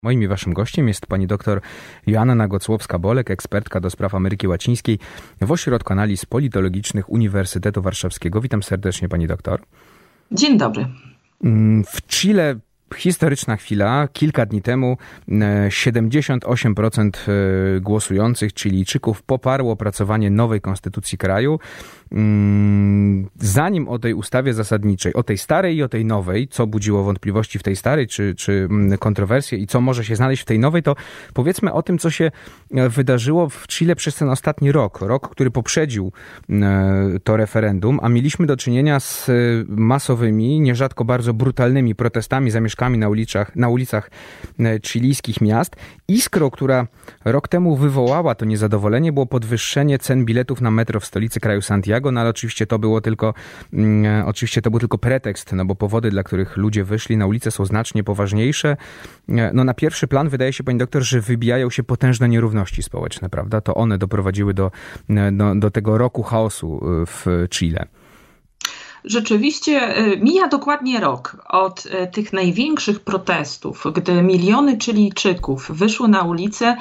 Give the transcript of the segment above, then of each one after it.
Moim i waszym gościem jest pani doktor Joanna Gocłowska-Bolek, ekspertka do spraw Ameryki Łacińskiej w Ośrodku Analiz Politologicznych Uniwersytetu Warszawskiego. Witam serdecznie, pani doktor. Dzień dobry. W Chile historyczna chwila. Kilka dni temu 78% głosujących Chilijczyków poparło opracowanie nowej konstytucji kraju. Zanim o tej ustawie zasadniczej, o tej starej i o tej nowej, co budziło wątpliwości w tej starej, czy kontrowersje i co może się znaleźć w tej nowej, to powiedzmy o tym, co się wydarzyło w Chile przez ten ostatni rok, który poprzedził to referendum, a mieliśmy do czynienia z masowymi, nierzadko bardzo brutalnymi protestami, zamieszkami na ulicach chilijskich miast. Iskrą, która rok temu wywołała to niezadowolenie, było podwyższenie cen biletów na metro w stolicy kraju Santiago, no ale oczywiście to był tylko pretekst, no bo powody, dla których ludzie wyszli na ulicę, są znacznie poważniejsze. No na pierwszy plan wydaje się, pani doktor, że wybijają się potężne nierówności społeczne, prawda? To one doprowadziły do tego roku chaosu w Chile. Rzeczywiście mija dokładnie rok od tych największych protestów, gdy miliony Chilijczyków wyszły na ulicę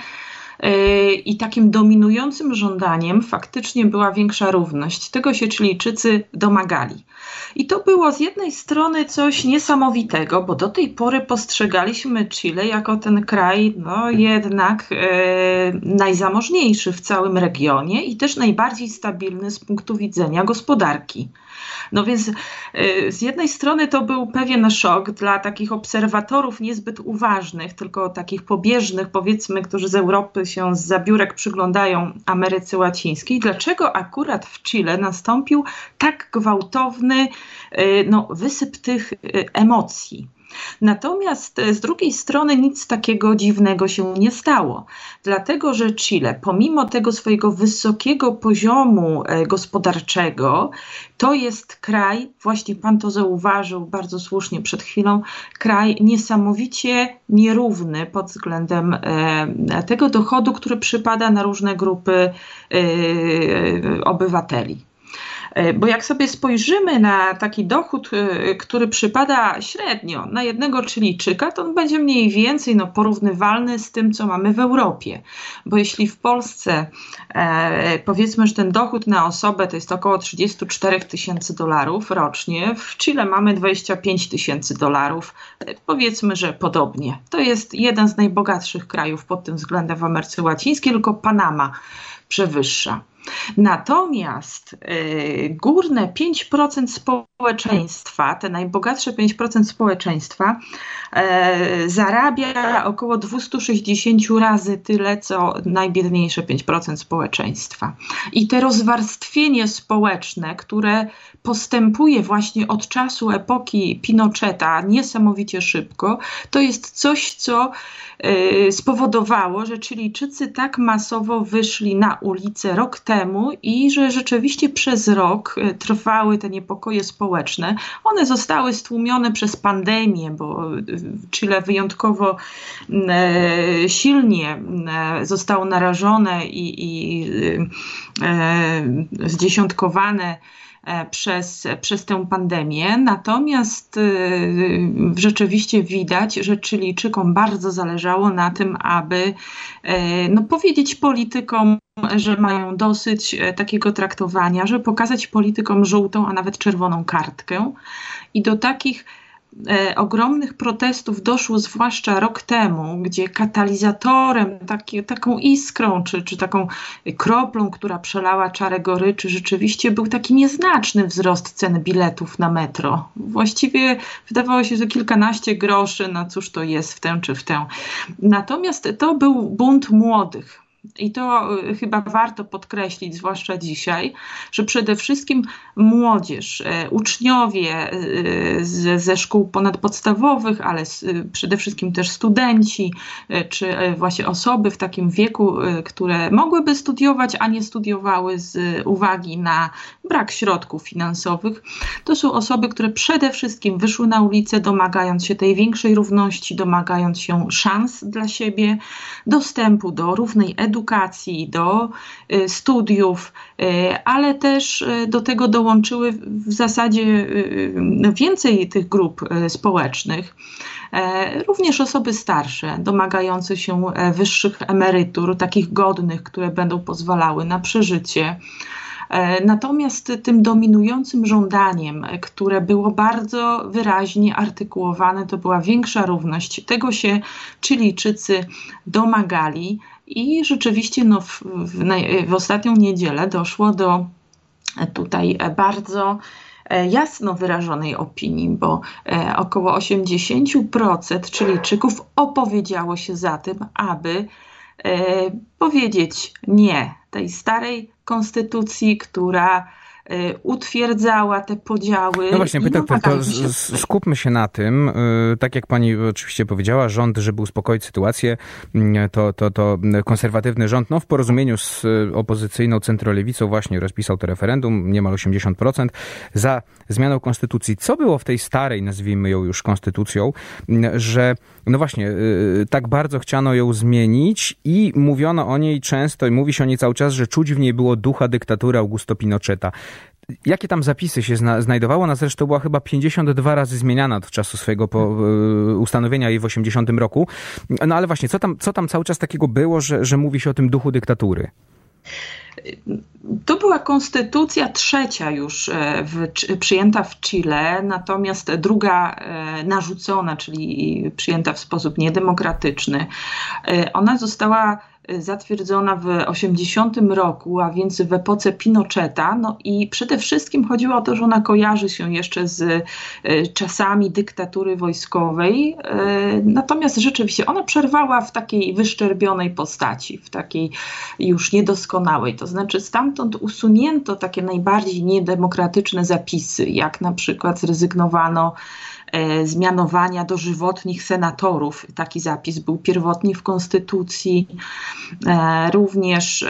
i takim dominującym żądaniem faktycznie była większa równość. Tego się Chilijczycy domagali. I to było z jednej strony coś niesamowitego, bo do tej pory postrzegaliśmy Chile jako ten kraj jednak najzamożniejszy w całym regionie i też najbardziej stabilny z punktu widzenia gospodarki. No więc z jednej strony to był pewien szok dla takich obserwatorów niezbyt uważnych, tylko takich pobieżnych, powiedzmy, którzy z Europy się zza biurek przyglądają Ameryce Łacińskiej. Dlaczego akurat w Chile nastąpił tak gwałtowny wysyp tych emocji? Natomiast z drugiej strony nic takiego dziwnego się nie stało, dlatego że Chile, pomimo tego swojego wysokiego poziomu gospodarczego, to jest kraj, właśnie pan to zauważył bardzo słusznie przed chwilą, kraj niesamowicie nierówny pod względem tego dochodu, który przypada na różne grupy obywateli. Bo jak sobie spojrzymy na taki dochód, który przypada średnio na jednego Chilijczyka, to on będzie mniej więcej porównywalny z tym, co mamy w Europie. Bo jeśli w Polsce powiedzmy, że ten dochód na osobę to jest około $34,000 rocznie, w Chile mamy $25,000. Powiedzmy, że podobnie. To jest jeden z najbogatszych krajów pod tym względem w Ameryce Łacińskiej, tylko Panama przewyższa. Natomiast górne 5% społeczeństwa, te najbogatsze 5% społeczeństwa zarabia około 260 razy tyle, co najbiedniejsze 5% społeczeństwa. I te rozwarstwienie społeczne, które postępuje właśnie od czasu epoki Pinocheta niesamowicie szybko, to jest coś, co spowodowało, że Chilijczycy tak masowo wyszli na ulicę rok temu i że rzeczywiście przez rok trwały te niepokoje społeczne. One zostały stłumione przez pandemię, bo Chile wyjątkowo silnie zostało narażone i zdziesiątkowane przez tę pandemię. Natomiast rzeczywiście widać, że Chilijczykom bardzo zależało na tym, aby powiedzieć politykom, że mają dosyć takiego traktowania, żeby pokazać politykom żółtą, a nawet czerwoną kartkę. I do takich ogromnych protestów doszło zwłaszcza rok temu, gdzie katalizatorem, taką iskrą, czy taką kroplą, która przelała czarę goryczy, rzeczywiście był taki nieznaczny wzrost cen biletów na metro. Właściwie wydawało się, że kilkanaście groszy, cóż to jest w tę czy w tę. Natomiast to był bunt młodych. I to chyba warto podkreślić, zwłaszcza dzisiaj, że przede wszystkim młodzież, uczniowie ze szkół ponadpodstawowych, ale przede wszystkim też studenci, czy właśnie osoby w takim wieku, które mogłyby studiować, a nie studiowały z uwagi na brak środków finansowych. To są osoby, które przede wszystkim wyszły na ulicę, domagając się tej większej równości, domagając się szans dla siebie, dostępu do równej edukacji, do studiów, ale też do tego dołączyły w zasadzie więcej tych grup społecznych. Również osoby starsze, domagające się wyższych emerytur, takich godnych, które będą pozwalały na przeżycie. Natomiast tym dominującym żądaniem, które było bardzo wyraźnie artykułowane, to była większa równość. Tego się Chilijczycy domagali i rzeczywiście w ostatnią niedzielę doszło do tutaj bardzo jasno wyrażonej opinii, bo około 80% Chilijczyków opowiedziało się za tym, aby powiedzieć nie tej starej konstytucji, która utwierdzała te podziały. No właśnie, doktor, to skupmy się na tym. Tak jak pani oczywiście powiedziała, rząd, żeby uspokoić sytuację, to konserwatywny rząd, w porozumieniu z opozycyjną centrolewicą właśnie rozpisał to referendum, niemal 80%, za zmianą konstytucji. Co było w tej starej, nazwijmy ją już konstytucją, że tak bardzo chciano ją zmienić i mówiono o niej często i mówi się o niej cały czas, że czuć w niej było ducha dyktatury Augusto Pinocheta. Jakie tam zapisy się znajdowało? Ona zresztą była chyba 52 razy zmieniana od czasu swojego ustanowienia jej w 80 roku. No ale właśnie, co tam cały czas takiego było, że mówi się o tym duchu dyktatury? To była konstytucja trzecia już przyjęta w Chile, natomiast druga narzucona, czyli przyjęta w sposób niedemokratyczny. Ona została zatwierdzona w 80 roku, a więc w epoce Pinocheta. I przede wszystkim chodziło o to, że ona kojarzy się jeszcze z czasami dyktatury wojskowej. Natomiast rzeczywiście ona przerwała w takiej wyszczerbionej postaci, w takiej już niedoskonałej. To znaczy stamtąd usunięto takie najbardziej niedemokratyczne zapisy, jak na przykład zrezygnowano z mianowania dożywotnich senatorów. Taki zapis był pierwotnie w konstytucji. Również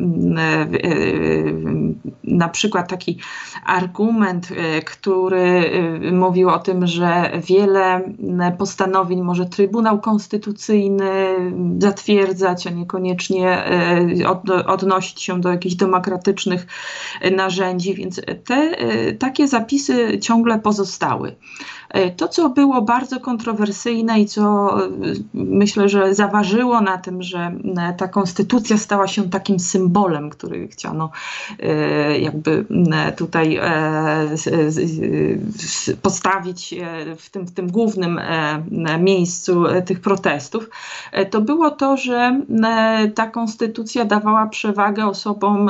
na przykład taki argument, który mówił o tym, że wiele postanowień może Trybunał Konstytucyjny zatwierdzać, a niekoniecznie odnosić się do jakichś demokratycznych narzędzi, więc takie zapisy ciągle pozostały. To, co było bardzo kontrowersyjne i co myślę, że zaważyło na tym, że ta konstytucja stała się takim symbolem, który chciano jakby tutaj postawić w tym głównym miejscu tych protestów, to było to, że ta konstytucja dawała przewagę osobom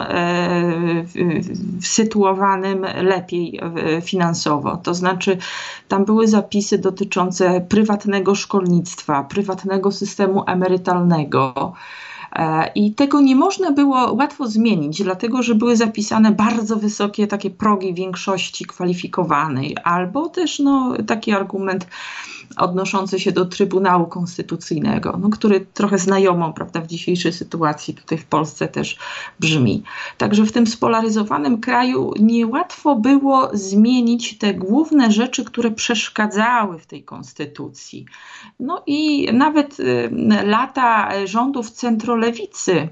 sytuowanym lepiej finansowo. To znaczy tam były zapisy dotyczące prywatnego szkolnictwa, prywatnego systemu emerytalnego. I tego nie można było łatwo zmienić, dlatego że były zapisane bardzo wysokie takie progi większości kwalifikowanej, albo też taki argument odnoszący się do Trybunału Konstytucyjnego, który trochę znajomo, prawda, w dzisiejszej sytuacji tutaj w Polsce też brzmi. Także w tym spolaryzowanym kraju niełatwo było zmienić te główne rzeczy, które przeszkadzały w tej konstytucji. I nawet lata rządów centrolewicy,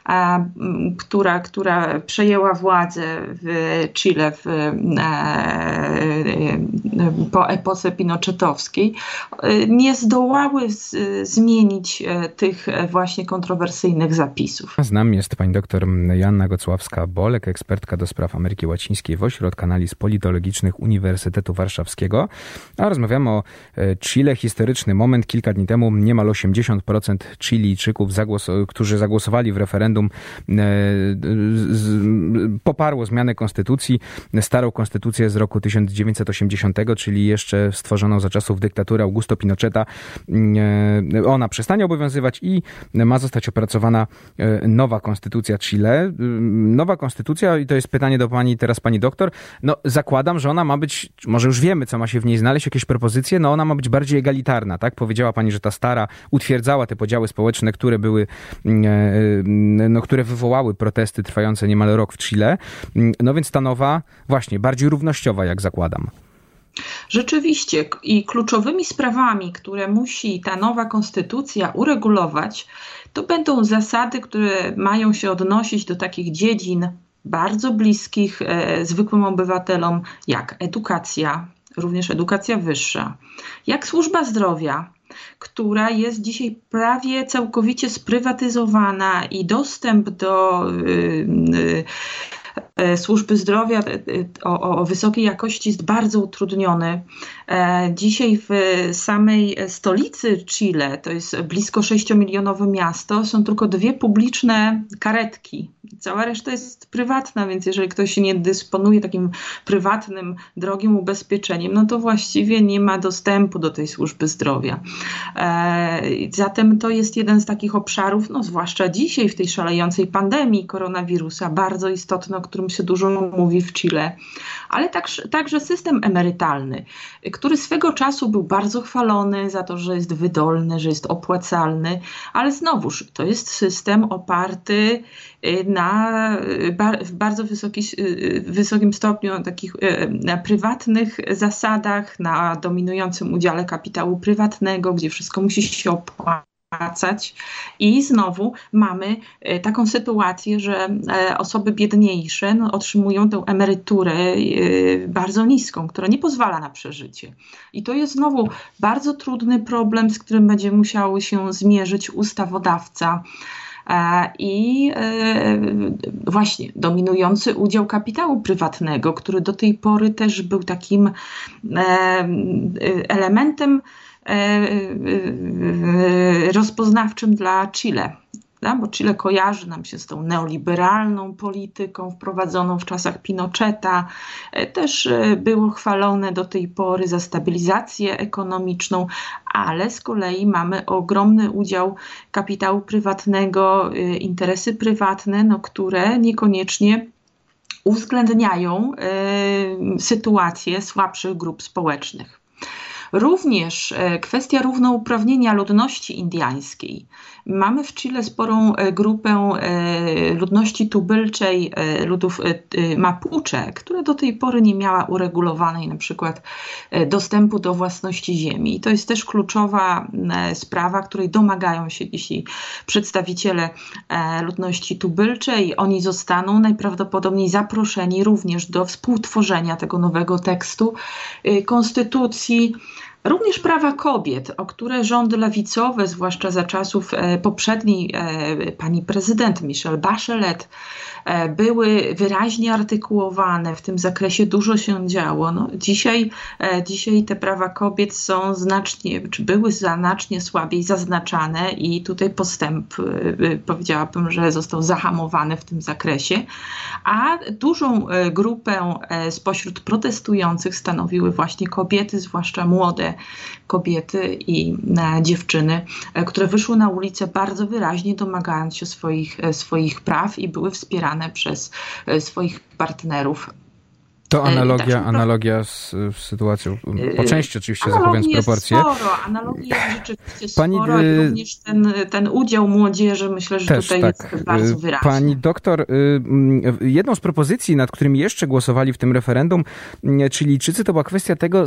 która przejęła władzę w Chile po epoce pinochetowskiej, nie zdołały zmienić tych właśnie kontrowersyjnych zapisów. Z nami jest pani doktor Joanna Gocławska-Bolek, ekspertka do spraw Ameryki Łacińskiej w Ośrodku Analiz Politologicznych Uniwersytetu Warszawskiego. A rozmawiamy o Chile. Historyczny moment. Kilka dni temu niemal 80% Chilijczyków, którzy zagłosowali w referendum, poparło zmianę konstytucji, starą konstytucję z roku 1980, czyli jeszcze stworzoną za czasów dyktatury Augusto Pinocheta. Ona przestanie obowiązywać i ma zostać opracowana nowa konstytucja Chile. Nowa konstytucja, i to jest pytanie do pani, teraz pani doktor, zakładam, że ona ma być, może już wiemy, co ma się w niej znaleźć, jakieś propozycje, ona ma być bardziej egalitarna, tak? Powiedziała pani, że ta stara utwierdzała te podziały społeczne, które były no, które wywołały protesty trwające niemal rok w Chile. No więc ta nowa, właśnie, bardziej równościowa, jak zakładam. Rzeczywiście i kluczowymi sprawami, które musi ta nowa konstytucja uregulować, to będą zasady, które mają się odnosić do takich dziedzin bardzo bliskich zwykłym obywatelom, jak edukacja, również edukacja wyższa, jak służba zdrowia, która jest dzisiaj prawie całkowicie sprywatyzowana i dostęp do służby zdrowia o wysokiej jakości jest bardzo utrudniony. Dzisiaj w samej stolicy Chile, to jest blisko 6-milionowe miasto, są tylko 2 publiczne karetki. Cała reszta jest prywatna, więc jeżeli ktoś nie dysponuje takim prywatnym, drogim ubezpieczeniem, no to właściwie nie ma dostępu do tej służby zdrowia. Zatem to jest jeden z takich obszarów, no zwłaszcza dzisiaj w tej szalejącej pandemii koronawirusa, bardzo istotny, o którym się dużo mówi w Chile, ale także system emerytalny, który swego czasu był bardzo chwalony za to, że jest wydolny, że jest opłacalny, ale znowuż to jest system oparty w bardzo wysokim stopniu na takich na prywatnych zasadach, na dominującym udziale kapitału prywatnego, gdzie wszystko musi się opłacać. I znowu mamy taką sytuację, że osoby biedniejsze otrzymują tę emeryturę bardzo niską, która nie pozwala na przeżycie. I to jest znowu bardzo trudny problem, z którym będzie musiał się zmierzyć ustawodawca. I właśnie dominujący udział kapitału prywatnego, który do tej pory też był takim elementem rozpoznawczym dla Chile. Bo Chile kojarzy nam się z tą neoliberalną polityką wprowadzoną w czasach Pinocheta. Też było chwalone do tej pory za stabilizację ekonomiczną, ale z kolei mamy ogromny udział kapitału prywatnego, interesy prywatne, które niekoniecznie uwzględniają sytuację słabszych grup społecznych. Również kwestia równouprawnienia ludności indyjskiej. Mamy w Chile sporą grupę ludności tubylczej, ludów Mapuche, która do tej pory nie miała uregulowanej na przykład dostępu do własności ziemi. I to jest też kluczowa sprawa, której domagają się dzisiaj przedstawiciele ludności tubylczej. Oni zostaną najprawdopodobniej zaproszeni również do współtworzenia tego nowego tekstu konstytucji. Również prawa kobiet, o które rządy lewicowe, zwłaszcza za czasów poprzedniej pani prezydent Michelle Bachelet, były wyraźnie artykułowane. W tym zakresie dużo się działo. Dzisiaj te prawa kobiet są były znacznie słabiej zaznaczane i tutaj postęp, powiedziałabym, że został zahamowany w tym zakresie. A dużą grupę spośród protestujących stanowiły właśnie kobiety, zwłaszcza młode kobiety i dziewczyny, które wyszły na ulicę bardzo wyraźnie, domagając się swoich praw i były wspierane przez swoich partnerów. To analogia z sytuacją, po części oczywiście zachowując proporcje. Analogii jest rzeczywiście sporo i również ten udział młodzieży, myślę, że też, tutaj jest bardzo wyraźny. Pani doktor, jedną z propozycji, nad którymi jeszcze głosowali w tym referendum Chilijczycy, to była kwestia tego,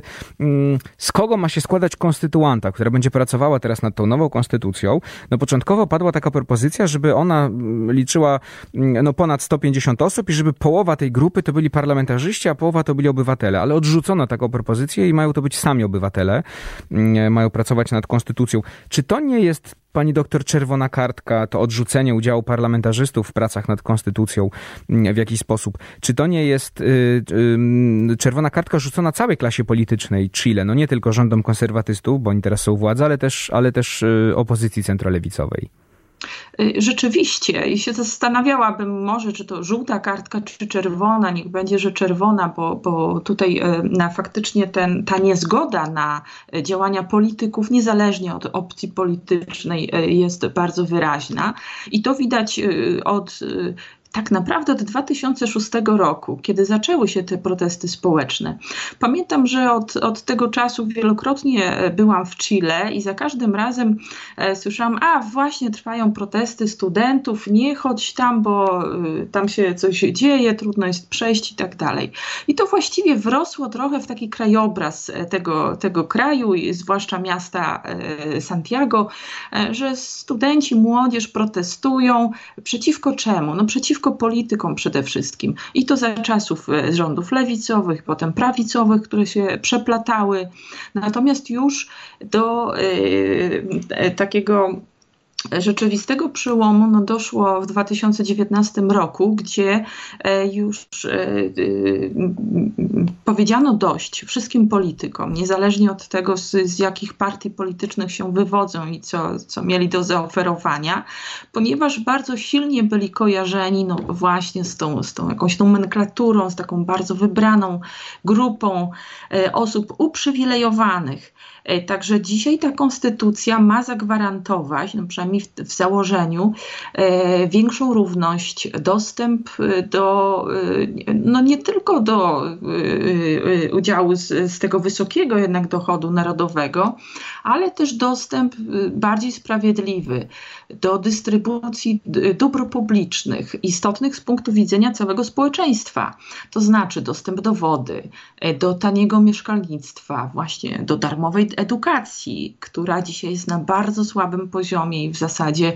z kogo ma się składać konstytuanta, która będzie pracowała teraz nad tą nową konstytucją. Początkowo padła taka propozycja, żeby ona liczyła ponad 150 osób i żeby połowa tej grupy to byli parlamentarzyści, a połowa to byli obywatele, ale odrzucono taką propozycję i mają to być sami obywatele, mają pracować nad konstytucją. Czy to nie jest, pani doktor, czerwona kartka, to odrzucenie udziału parlamentarzystów w pracach nad konstytucją w jakiś sposób? Czy to nie jest czerwona kartka rzucona całej klasie politycznej Chile? Nie tylko rządom konserwatystów, bo oni teraz są u władzy, ale też opozycji centrolewicowej. Rzeczywiście i się zastanawiałabym może, czy to żółta kartka, czy czerwona, niech będzie, że czerwona, bo tutaj faktycznie ta niezgoda na działania polityków, niezależnie od opcji politycznej, jest bardzo wyraźna i to widać od tak naprawdę od 2006 roku, kiedy zaczęły się te protesty społeczne. Pamiętam, że od tego czasu wielokrotnie byłam w Chile i za każdym razem słyszałam, właśnie trwają protesty studentów, nie chodź tam, bo tam się coś dzieje, trudno jest przejść i tak dalej. I to właściwie wrosło trochę w taki krajobraz tego kraju, i zwłaszcza miasta Santiago, że studenci, młodzież protestują przeciwko czemu? No przeciwko politykom przede wszystkim. I to za czasów rządów lewicowych, potem prawicowych, które się przeplatały. Natomiast już do takiego rzeczywistego przełomu doszło w 2019 roku, gdzie już powiedziano dość wszystkim politykom, niezależnie od tego, z jakich partii politycznych się wywodzą i co mieli do zaoferowania, ponieważ bardzo silnie byli kojarzeni właśnie z tą jakąś nomenklaturą, z taką bardzo wybraną grupą osób uprzywilejowanych. Także dzisiaj ta konstytucja ma zagwarantować, przynajmniej w założeniu, większą równość, dostęp do, nie tylko do udziału z tego wysokiego jednak dochodu narodowego, ale też dostęp bardziej sprawiedliwy do dystrybucji dóbr publicznych, istotnych z punktu widzenia całego społeczeństwa. To znaczy dostęp do wody, do taniego mieszkalnictwa, właśnie do darmowej edukacji, która dzisiaj jest na bardzo słabym poziomie i w zasadzie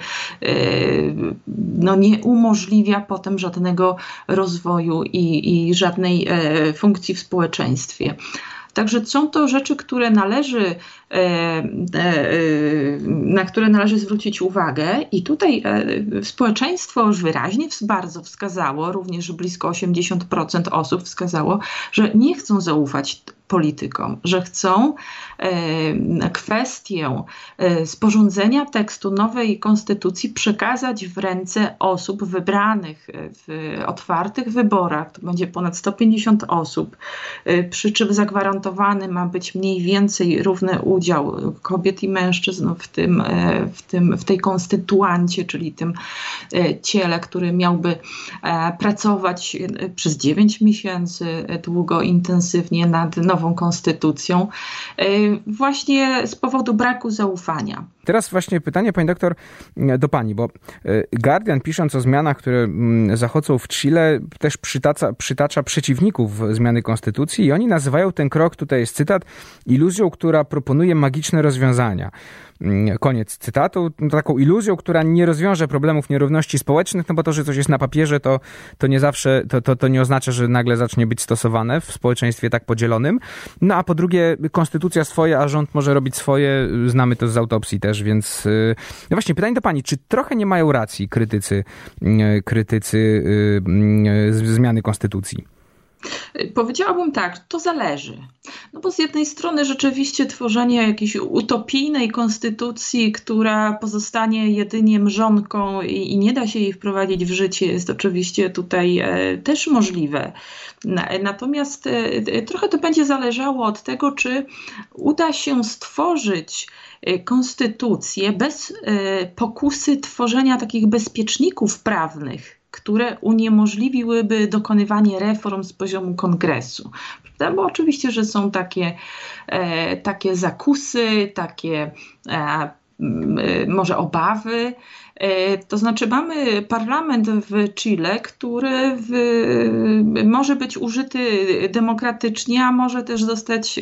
nie umożliwia potem żadnego rozwoju i żadnej funkcji w społeczeństwie. Także są to rzeczy, na które należy zwrócić uwagę i tutaj społeczeństwo już wyraźnie bardzo wskazało, również blisko 80% osób wskazało, że nie chcą zaufać politykom, że chcą kwestię sporządzenia tekstu nowej konstytucji przekazać w ręce osób wybranych w otwartych wyborach. To będzie ponad 150 osób, przy czym zagwarantowany ma być mniej więcej równy udział kobiet i mężczyzn w tej konstytuancie, czyli tym ciele, który miałby pracować przez 9 miesięcy długo, intensywnie nad nową konstytucją, właśnie z powodu braku zaufania. Teraz właśnie pytanie, pani doktor, do pani, bo Guardian, pisząc o zmianach, które zachodzą w Chile, też przytacza przeciwników zmiany konstytucji i oni nazywają ten krok, tutaj jest cytat, iluzją, która proponuje magiczne rozwiązania. Koniec cytatu. Taką iluzją, która nie rozwiąże problemów nierówności społecznych, bo to, że coś jest na papierze, to nie zawsze, to nie oznacza, że nagle zacznie być stosowane w społeczeństwie tak podzielonym. A po drugie, konstytucja swoje, a rząd może robić swoje. Znamy to z autopsji też, więc właśnie pytanie do pani, czy trochę nie mają racji krytycy zmiany konstytucji? Powiedziałabym tak, to zależy. Bo z jednej strony rzeczywiście tworzenie jakiejś utopijnej konstytucji, która pozostanie jedynie mrzonką i nie da się jej wprowadzić w życie, jest oczywiście tutaj też możliwe. Natomiast trochę to będzie zależało od tego, czy uda się stworzyć konstytucję bez pokusy tworzenia takich bezpieczników prawnych, które uniemożliwiłyby dokonywanie reform z poziomu kongresu. Bo oczywiście, że są takie zakusy, takie może obawy. To znaczy mamy parlament w Chile, który może być użyty demokratycznie, a może też zostać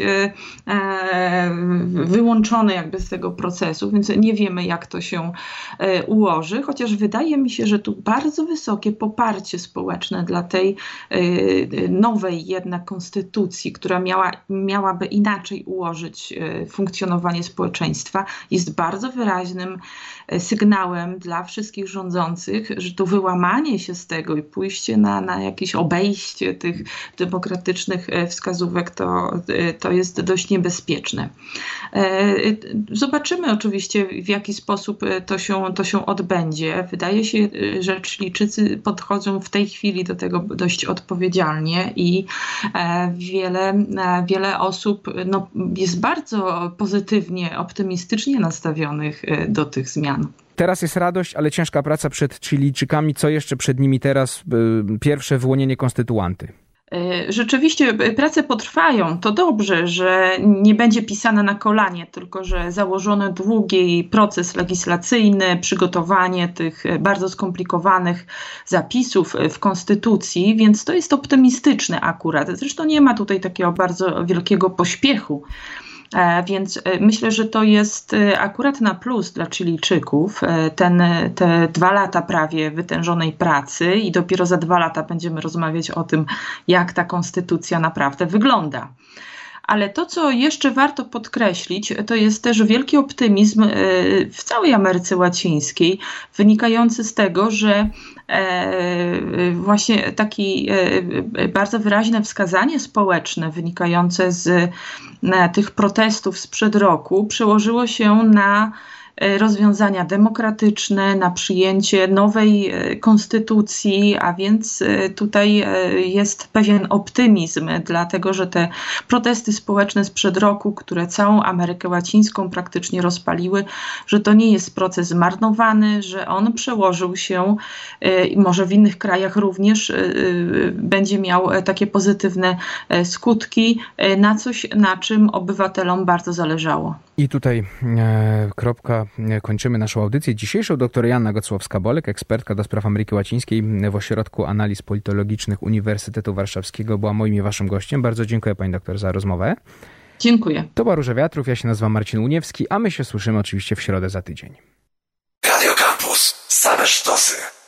wyłączony jakby z tego procesu, więc nie wiemy, jak to się ułoży, chociaż wydaje mi się, że tu bardzo wysokie poparcie społeczne dla tej nowej jednak konstytucji, która miałaby inaczej ułożyć funkcjonowanie społeczeństwa, jest bardzo wyraźnym sygnałem dla wszystkich rządzących, że to wyłamanie się z tego i pójście na jakieś obejście tych demokratycznych wskazówek to jest dość niebezpieczne. Zobaczymy oczywiście, w jaki sposób to się odbędzie. Wydaje się, że Chilijczycy podchodzą w tej chwili do tego dość odpowiedzialnie i wiele osób jest bardzo pozytywnie, optymistycznie nastawionych przyzwyczajonych do tych zmian. Teraz jest radość, ale ciężka praca przed Chilijczykami. Co jeszcze przed nimi teraz? Pierwsze wyłonienie konstytuanty. Rzeczywiście prace potrwają. To dobrze, że nie będzie pisane na kolanie, tylko że założono długi proces legislacyjny, przygotowanie tych bardzo skomplikowanych zapisów w konstytucji, więc to jest optymistyczne akurat. Zresztą nie ma tutaj takiego bardzo wielkiego pośpiechu. Więc myślę, że to jest akurat na plus dla Chilijczyków, te 2 lata prawie wytężonej pracy i dopiero za 2 lata będziemy rozmawiać o tym, jak ta konstytucja naprawdę wygląda. Ale to, co jeszcze warto podkreślić, to jest też wielki optymizm w całej Ameryce Łacińskiej, wynikający z tego, że właśnie takie bardzo wyraźne wskazanie społeczne wynikające z tych protestów sprzed roku przełożyło się na rozwiązania demokratyczne, na przyjęcie nowej konstytucji, a więc tutaj jest pewien optymizm, dlatego że te protesty społeczne sprzed roku, które całą Amerykę Łacińską praktycznie rozpaliły, że to nie jest proces zmarnowany, że on przełożył się, może w innych krajach również będzie miał takie pozytywne skutki, na coś, na czym obywatelom bardzo zależało. I tutaj kończymy naszą audycję dzisiejszą. Dr Joanna Gocłowska-Bolek, ekspertka do spraw Ameryki Łacińskiej w Ośrodku Analiz Politologicznych Uniwersytetu Warszawskiego, była moim i waszym gościem. Bardzo dziękuję pani doktor za rozmowę. Dziękuję. To była Róża Wiatrów, ja się nazywam Marcin Uniewski, a my się słyszymy oczywiście w środę za tydzień. Radio Campus. Same sztosy.